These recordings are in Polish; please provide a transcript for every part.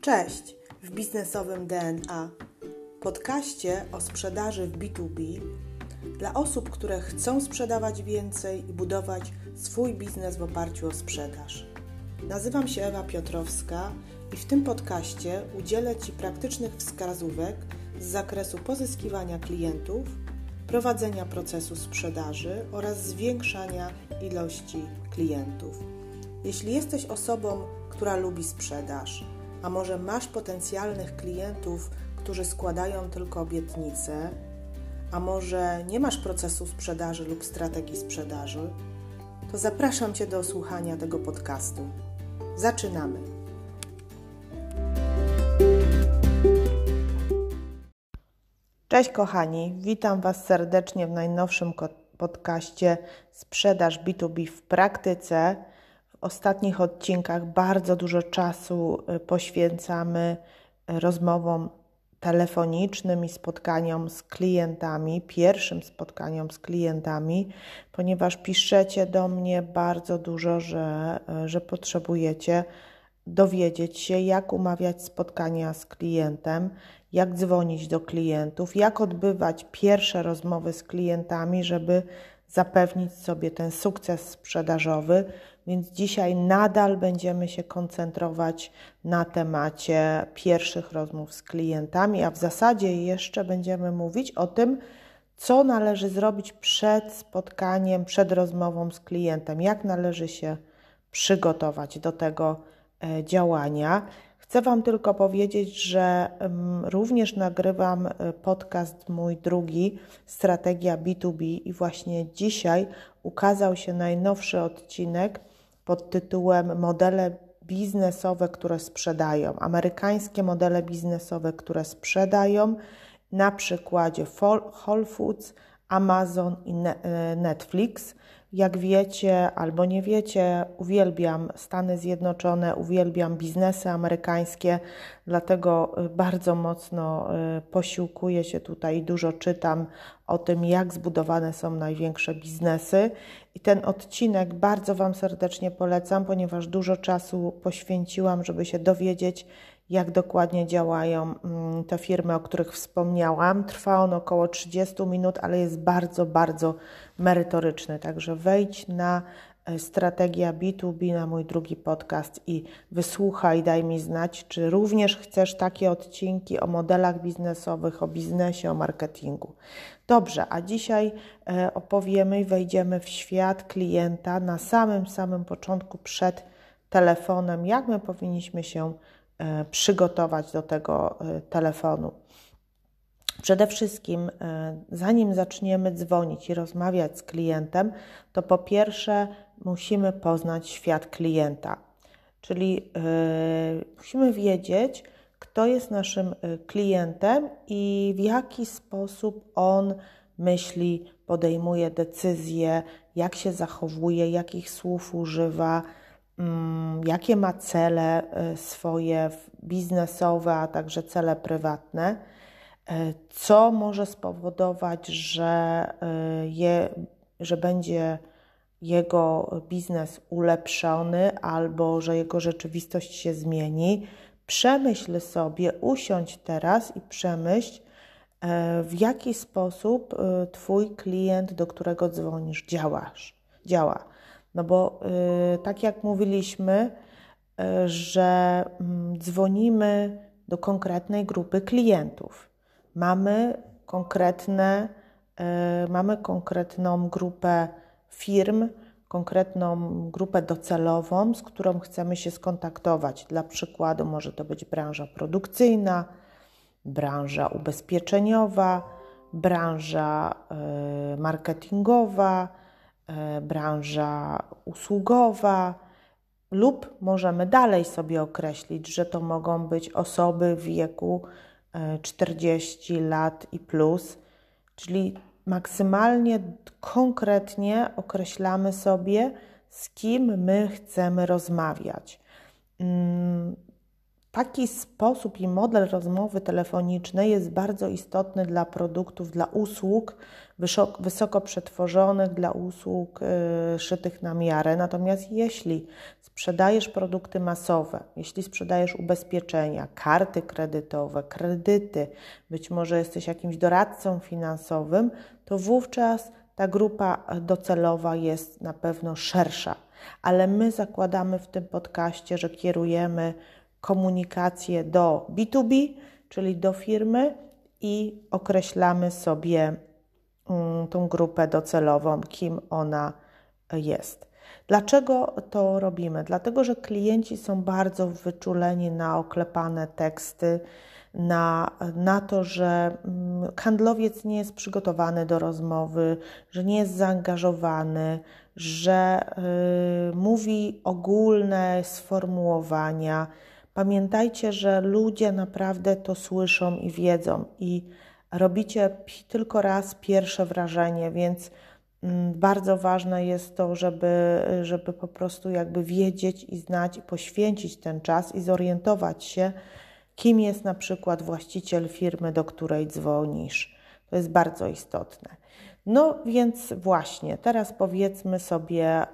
Cześć w biznesowym DNA, podcaście o sprzedaży w B2B dla osób, które chcą sprzedawać więcej i budować swój biznes w oparciu o sprzedaż. Nazywam się Ewa Piotrowska i w tym podcaście udzielę Ci praktycznych wskazówek z zakresu pozyskiwania klientów, prowadzenia procesu sprzedaży oraz zwiększania ilości klientów. Jeśli jesteś osobą, która lubi sprzedaż, a może masz potencjalnych klientów, którzy składają tylko obietnice, a może nie masz procesu sprzedaży lub strategii sprzedaży, to zapraszam Cię do słuchania tego podcastu. Zaczynamy! Cześć kochani, witam Was serdecznie w najnowszym podcaście Sprzedaż B2B w praktyce. W ostatnich odcinkach bardzo dużo czasu poświęcamy rozmowom telefonicznym i spotkaniom z klientami, pierwszym spotkaniom z klientami, ponieważ piszecie do mnie bardzo dużo, że potrzebujecie dowiedzieć się, jak umawiać spotkania z klientem, jak dzwonić do klientów, jak odbywać pierwsze rozmowy z klientami, żeby zapewnić sobie ten sukces sprzedażowy. Więc dzisiaj nadal będziemy się koncentrować na temacie pierwszych rozmów z klientami, a w zasadzie jeszcze będziemy mówić o tym, co należy zrobić przed spotkaniem, przed rozmową z klientem, jak należy się przygotować do tego działania. Chcę Wam tylko powiedzieć, że również nagrywam podcast mój drugi, Strategia B2B, i właśnie dzisiaj ukazał się najnowszy odcinek pod tytułem Modele biznesowe, które sprzedają. Amerykańskie modele biznesowe, które sprzedają, na przykładzie Whole Foods, Amazon i Netflix. Jak wiecie albo nie wiecie, uwielbiam Stany Zjednoczone, uwielbiam biznesy amerykańskie, dlatego bardzo mocno posiłkuję się tutaj i dużo czytam o tym, jak zbudowane są największe biznesy. I ten odcinek bardzo Wam serdecznie polecam, ponieważ dużo czasu poświęciłam, żeby się dowiedzieć, jak dokładnie działają te firmy, o których wspomniałam. Trwa on około 30 minut, ale jest bardzo, bardzo merytoryczny. Także wejdź na Strategia B2B, na mój drugi podcast i wysłuchaj, daj mi znać, czy również chcesz takie odcinki o modelach biznesowych, o biznesie, o marketingu. Dobrze, a dzisiaj opowiemy i wejdziemy w świat klienta na samym początku, przed telefonem, jak my powinniśmy się przygotować do tego telefonu. Przede wszystkim, zanim zaczniemy dzwonić i rozmawiać z klientem, to po pierwsze musimy poznać świat klienta. Czyli musimy wiedzieć, kto jest naszym klientem i w jaki sposób on myśli, podejmuje decyzje, jak się zachowuje, jakich słów używa, jakie ma cele swoje biznesowe, a także cele prywatne, co może spowodować, że będzie jego biznes ulepszony albo że jego rzeczywistość się zmieni. Przemyśl sobie, usiądź teraz i przemyśl, w jaki sposób Twój klient, do którego dzwonisz, działa. No bo tak jak mówiliśmy, że dzwonimy do konkretnej grupy klientów. Mamy konkretną grupę firm, konkretną grupę docelową, z którą chcemy się skontaktować. Dla przykładu może to być branża produkcyjna, branża ubezpieczeniowa, branża marketingowa, branża usługowa, lub możemy dalej sobie określić, że to mogą być osoby w wieku 40 lat i plus, czyli maksymalnie konkretnie określamy sobie, z kim my chcemy rozmawiać. Taki sposób i model rozmowy telefonicznej jest bardzo istotny dla produktów, dla usług wysoko przetworzonych dla usług szytych na miarę. Natomiast jeśli sprzedajesz produkty masowe, jeśli sprzedajesz ubezpieczenia, karty kredytowe, kredyty, być może jesteś jakimś doradcą finansowym, to wówczas ta grupa docelowa jest na pewno szersza. Ale my zakładamy w tym podcaście, że kierujemy komunikację do B2B, czyli do firmy i określamy sobie tą grupę docelową, kim ona jest. Dlaczego to robimy? Dlatego, że klienci są bardzo wyczuleni na oklepane teksty, na to, że handlowiec nie jest przygotowany do rozmowy, że nie jest zaangażowany, że mówi ogólne sformułowania. Pamiętajcie, że ludzie naprawdę to słyszą i wiedzą i robicie tylko raz pierwsze wrażenie, więc bardzo ważne jest to, żeby po prostu jakby wiedzieć i znać i poświęcić ten czas i zorientować się, kim jest na przykład właściciel firmy, do której dzwonisz. To jest bardzo istotne. No więc właśnie, teraz powiedzmy sobie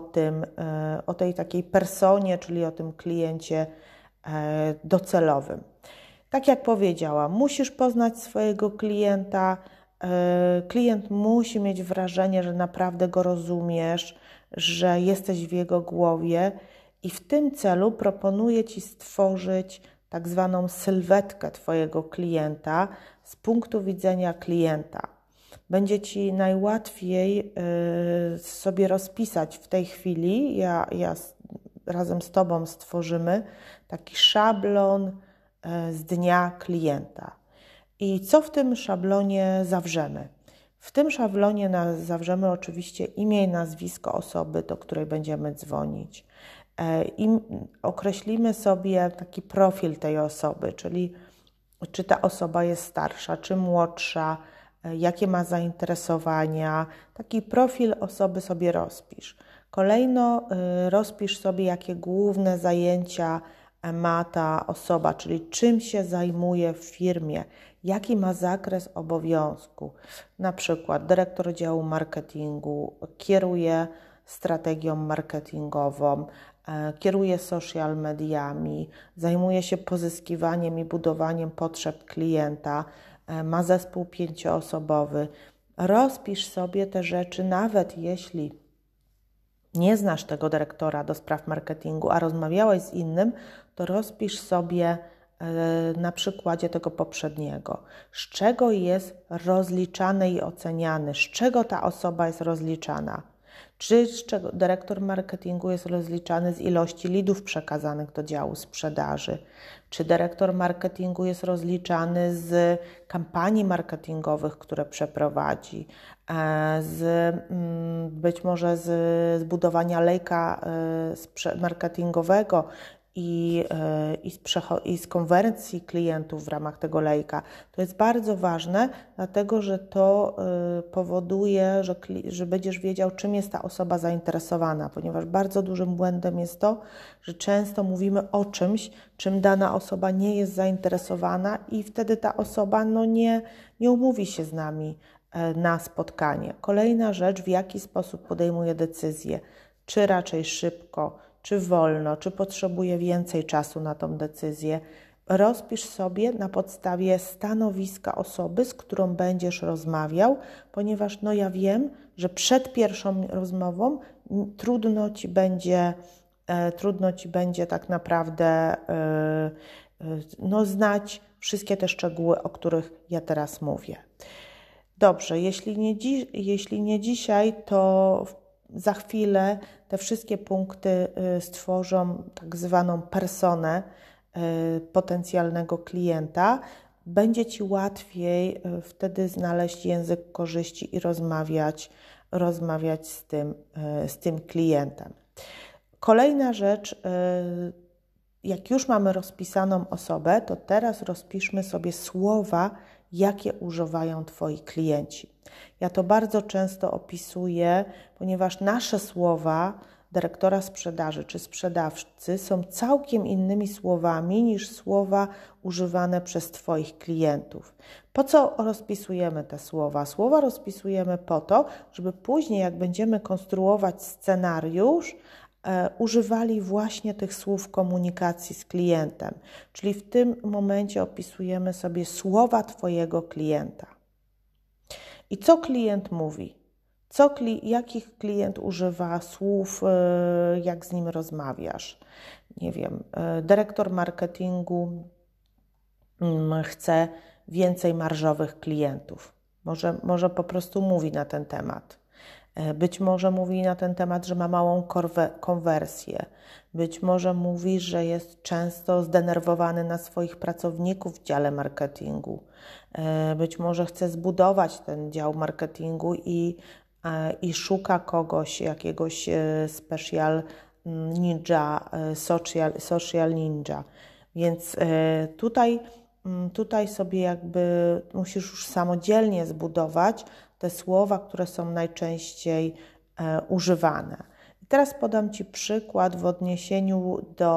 o tej takiej personie, czyli o tym kliencie docelowym. Tak jak powiedziałam, musisz poznać swojego klienta. Klient musi mieć wrażenie, że naprawdę go rozumiesz, że jesteś w jego głowie i w tym celu proponuję Ci stworzyć tak zwaną sylwetkę Twojego klienta z punktu widzenia klienta. Będzie Ci najłatwiej sobie rozpisać w tej chwili, ja razem z Tobą stworzymy taki szablon z dnia klienta. I co w tym szablonie zawrzemy? W tym szablonie zawrzemy oczywiście imię i nazwisko osoby, do której będziemy dzwonić. I określimy sobie taki profil tej osoby, czyli czy ta osoba jest starsza, czy młodsza, jakie ma zainteresowania. Taki profil osoby sobie rozpisz. Kolejno rozpisz sobie, jakie główne zajęcia ma ta osoba, czyli czym się zajmuje w firmie, jaki ma zakres obowiązku. Na przykład dyrektor działu marketingu kieruje strategią marketingową, kieruje social mediami, zajmuje się pozyskiwaniem i budowaniem potrzeb klienta, ma zespół 5-osobowy. Rozpisz sobie te rzeczy, nawet jeśli nie znasz tego dyrektora do spraw marketingu, a rozmawiałeś z innym, to rozpisz sobie na przykładzie tego poprzedniego, z czego jest rozliczany i oceniany, z czego ta osoba jest rozliczana. Czy dyrektor marketingu jest rozliczany z ilości leadów przekazanych do działu sprzedaży? Czy dyrektor marketingu jest rozliczany z kampanii marketingowych, które przeprowadzi? Być może z budowania lejka marketingowego i z konwersji klientów w ramach tego lejka. To jest bardzo ważne, dlatego że to powoduje, że będziesz wiedział, czym jest ta osoba zainteresowana, ponieważ bardzo dużym błędem jest to, że często mówimy o czymś, czym dana osoba nie jest zainteresowana i wtedy ta osoba nie umówi się z nami na spotkanie. Kolejna rzecz, w jaki sposób podejmuje decyzję, czy raczej szybko, czy wolno, czy potrzebuje więcej czasu na tą decyzję. Rozpisz sobie na podstawie stanowiska osoby, z którą będziesz rozmawiał, ponieważ ja wiem, że przed pierwszą rozmową trudno Ci będzie tak naprawdę znać wszystkie te szczegóły, o których ja teraz mówię. Dobrze, jeśli nie dzisiaj, to za chwilę te wszystkie punkty stworzą tak zwaną personę potencjalnego klienta. Będzie Ci łatwiej wtedy znaleźć język korzyści i rozmawiać z tym klientem. Kolejna rzecz, jak już mamy rozpisaną osobę, to teraz rozpiszmy sobie słowa, jakie używają Twoi klienci. Ja to bardzo często opisuję, ponieważ nasze słowa dyrektora sprzedaży czy sprzedawcy są całkiem innymi słowami niż słowa używane przez Twoich klientów. Po co rozpisujemy te słowa? Słowa rozpisujemy po to, żeby później, jak będziemy konstruować scenariusz, używali właśnie tych słów komunikacji z klientem. Czyli w tym momencie opisujemy sobie słowa Twojego klienta. I co klient mówi? Jakich klient używa słów, jak z nim rozmawiasz? Nie wiem, dyrektor marketingu chce więcej marżowych klientów. Może po prostu mówi na ten temat. Być może mówi na ten temat, że ma małą konwersję. Być może mówi, że jest często zdenerwowany na swoich pracowników w dziale marketingu. Być może chce zbudować ten dział marketingu i szuka kogoś, jakiegoś special ninja, social ninja. Więc tutaj sobie jakby musisz już samodzielnie zbudować te słowa, które są najczęściej używane. I teraz podam Ci przykład w odniesieniu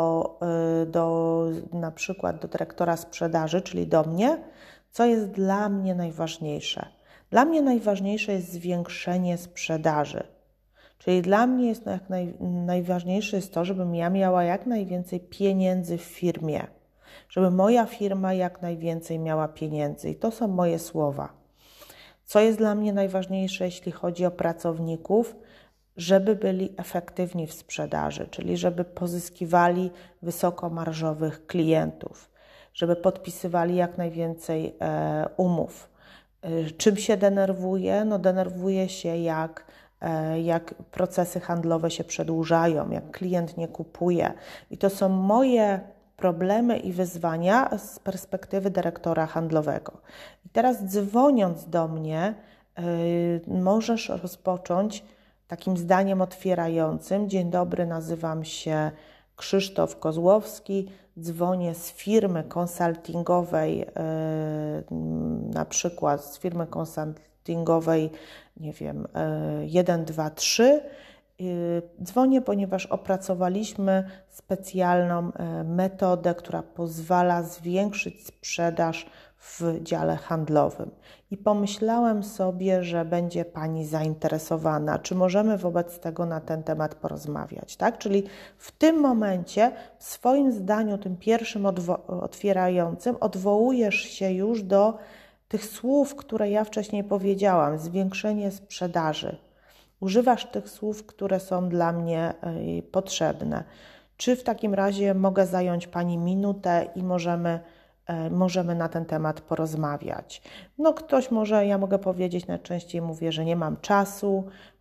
na przykład do dyrektora sprzedaży, czyli do mnie, co jest dla mnie najważniejsze. Dla mnie najważniejsze jest zwiększenie sprzedaży. Czyli dla mnie jest najważniejsze jest to, żebym ja miała jak najwięcej pieniędzy w firmie. Żeby moja firma jak najwięcej miała pieniędzy. I to są moje słowa. Co jest dla mnie najważniejsze, jeśli chodzi o pracowników? Żeby byli efektywni w sprzedaży, czyli żeby pozyskiwali wysokomarżowych klientów, żeby podpisywali jak najwięcej umów. Czym się denerwuję? No denerwuję się, jak procesy handlowe się przedłużają, jak klient nie kupuje. I to są moje problemy i wyzwania z perspektywy dyrektora handlowego. I teraz dzwoniąc do mnie, możesz rozpocząć takim zdaniem otwierającym. Dzień dobry, nazywam się Krzysztof Kozłowski, dzwonię z firmy konsultingowej, na przykład z firmy konsultingowej, nie wiem, 1, 2, 3. Dzwonię, ponieważ opracowaliśmy specjalną metodę, która pozwala zwiększyć sprzedaż w dziale handlowym. I pomyślałem sobie, że będzie Pani zainteresowana, czy możemy wobec tego na ten temat porozmawiać, tak? Czyli w tym momencie w swoim zdaniu, tym pierwszym otwierającym, odwołujesz się już do tych słów, które ja wcześniej powiedziałam, zwiększenie sprzedaży. Używasz tych słów, które są dla mnie potrzebne. Czy w takim razie mogę zająć Pani minutę i możemy na ten temat porozmawiać? No ja mogę powiedzieć, najczęściej mówię, że nie mam czasu,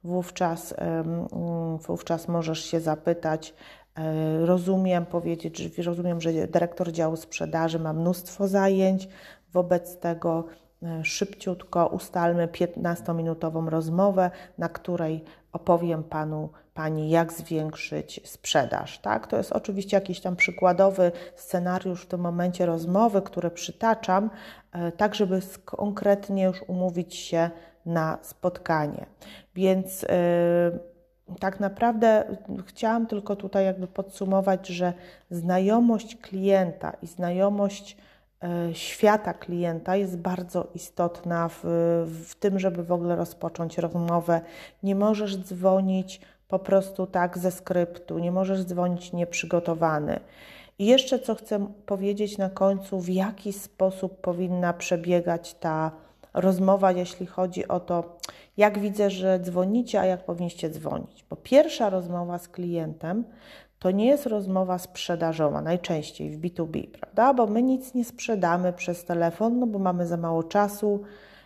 wówczas możesz się zapytać, rozumiem, że dyrektor działu sprzedaży ma mnóstwo zajęć, wobec tego szybciutko ustalmy 15-minutową rozmowę, na której opowiem Pani, jak zwiększyć sprzedaż. Tak? To jest oczywiście jakiś tam przykładowy scenariusz w tym momencie rozmowy, który przytaczam, tak żeby konkretnie już umówić się na spotkanie. Więc tak naprawdę chciałam tylko tutaj jakby podsumować, że znajomość klienta i znajomość świata klienta jest bardzo istotna w tym, żeby w ogóle rozpocząć rozmowę. Nie możesz dzwonić po prostu tak ze skryptu, nie możesz dzwonić nieprzygotowany. I jeszcze co chcę powiedzieć na końcu, w jaki sposób powinna przebiegać ta rozmowa, jeśli chodzi o to, jak widzę, że dzwonicie, a jak powinniście dzwonić. Bo pierwsza rozmowa z klientem to nie jest rozmowa sprzedażowa, najczęściej w B2B, prawda? Bo my nic nie sprzedamy przez telefon, no bo mamy za mało czasu,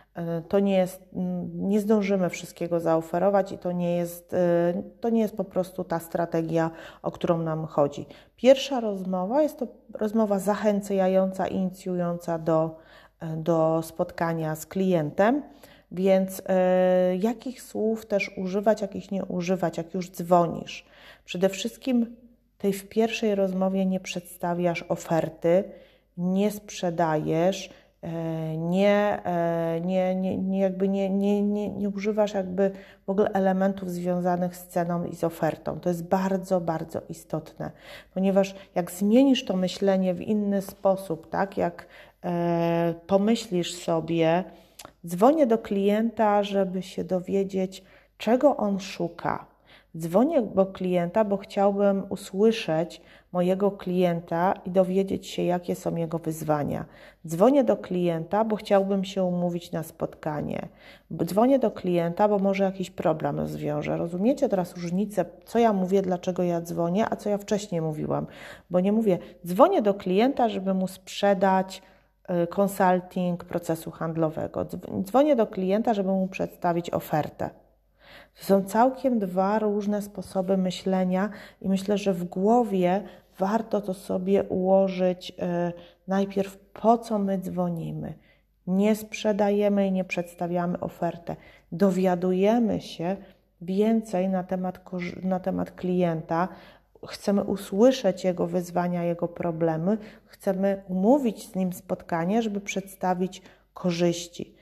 nie zdążymy wszystkiego zaoferować i to nie jest po prostu ta strategia, o którą nam chodzi. Pierwsza rozmowa jest to rozmowa zachęcająca, inicjująca do spotkania z klientem, więc jakich słów też używać, jakich nie używać, jak już dzwonisz. Przede wszystkim w pierwszej rozmowie nie przedstawiasz oferty, nie sprzedajesz, nie używasz jakby w ogóle elementów związanych z ceną i z ofertą. To jest bardzo, bardzo istotne, ponieważ jak zmienisz to myślenie w inny sposób, tak, jak pomyślisz sobie, dzwonię do klienta, żeby się dowiedzieć, czego on szuka. Dzwonię do klienta, bo chciałbym usłyszeć mojego klienta i dowiedzieć się, jakie są jego wyzwania. Dzwonię do klienta, bo chciałbym się umówić na spotkanie. Dzwonię do klienta, bo może jakiś problem rozwiążę. Rozumiecie teraz różnicę, co ja mówię, dlaczego ja dzwonię, a co ja wcześniej mówiłam? Bo nie mówię, dzwonię do klienta, żeby mu sprzedać consulting procesu handlowego. Dzwonię do klienta, żeby mu przedstawić ofertę. To są całkiem dwa różne sposoby myślenia i myślę, że w głowie warto to sobie ułożyć najpierw, po co my dzwonimy. Nie sprzedajemy i nie przedstawiamy ofertę. Dowiadujemy się więcej na temat klienta, chcemy usłyszeć jego wyzwania, jego problemy, chcemy umówić z nim spotkanie, żeby przedstawić korzyści.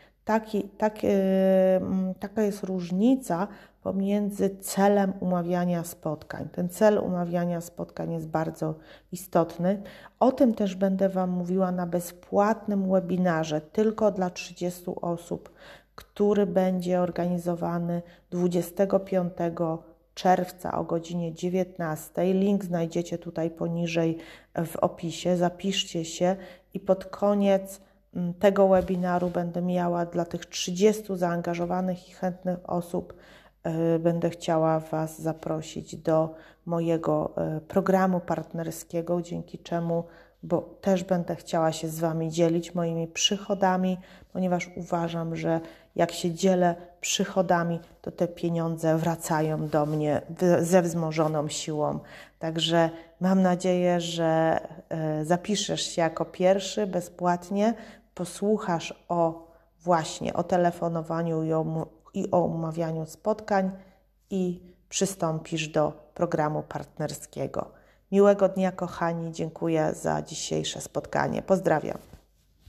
Taka jest różnica pomiędzy celem umawiania spotkań. Ten cel umawiania spotkań jest bardzo istotny. O tym też będę Wam mówiła na bezpłatnym webinarze tylko dla 30 osób, który będzie organizowany 25 czerwca o godzinie 19. Link znajdziecie tutaj poniżej w opisie. Zapiszcie się i pod koniec tego webinaru będę miała dla tych 30 zaangażowanych i chętnych osób, będę chciała Was zaprosić do mojego programu partnerskiego, dzięki czemu, bo też będę chciała się z Wami dzielić moimi przychodami, ponieważ uważam, że jak się dzielę przychodami, to te pieniądze wracają do mnie ze wzmożoną siłą. Także mam nadzieję, że zapiszesz się jako pierwszy bezpłatnie, posłuchasz właśnie o telefonowaniu i o umawianiu spotkań i przystąpisz do programu partnerskiego. Miłego dnia, kochani. Dziękuję za dzisiejsze spotkanie. Pozdrawiam.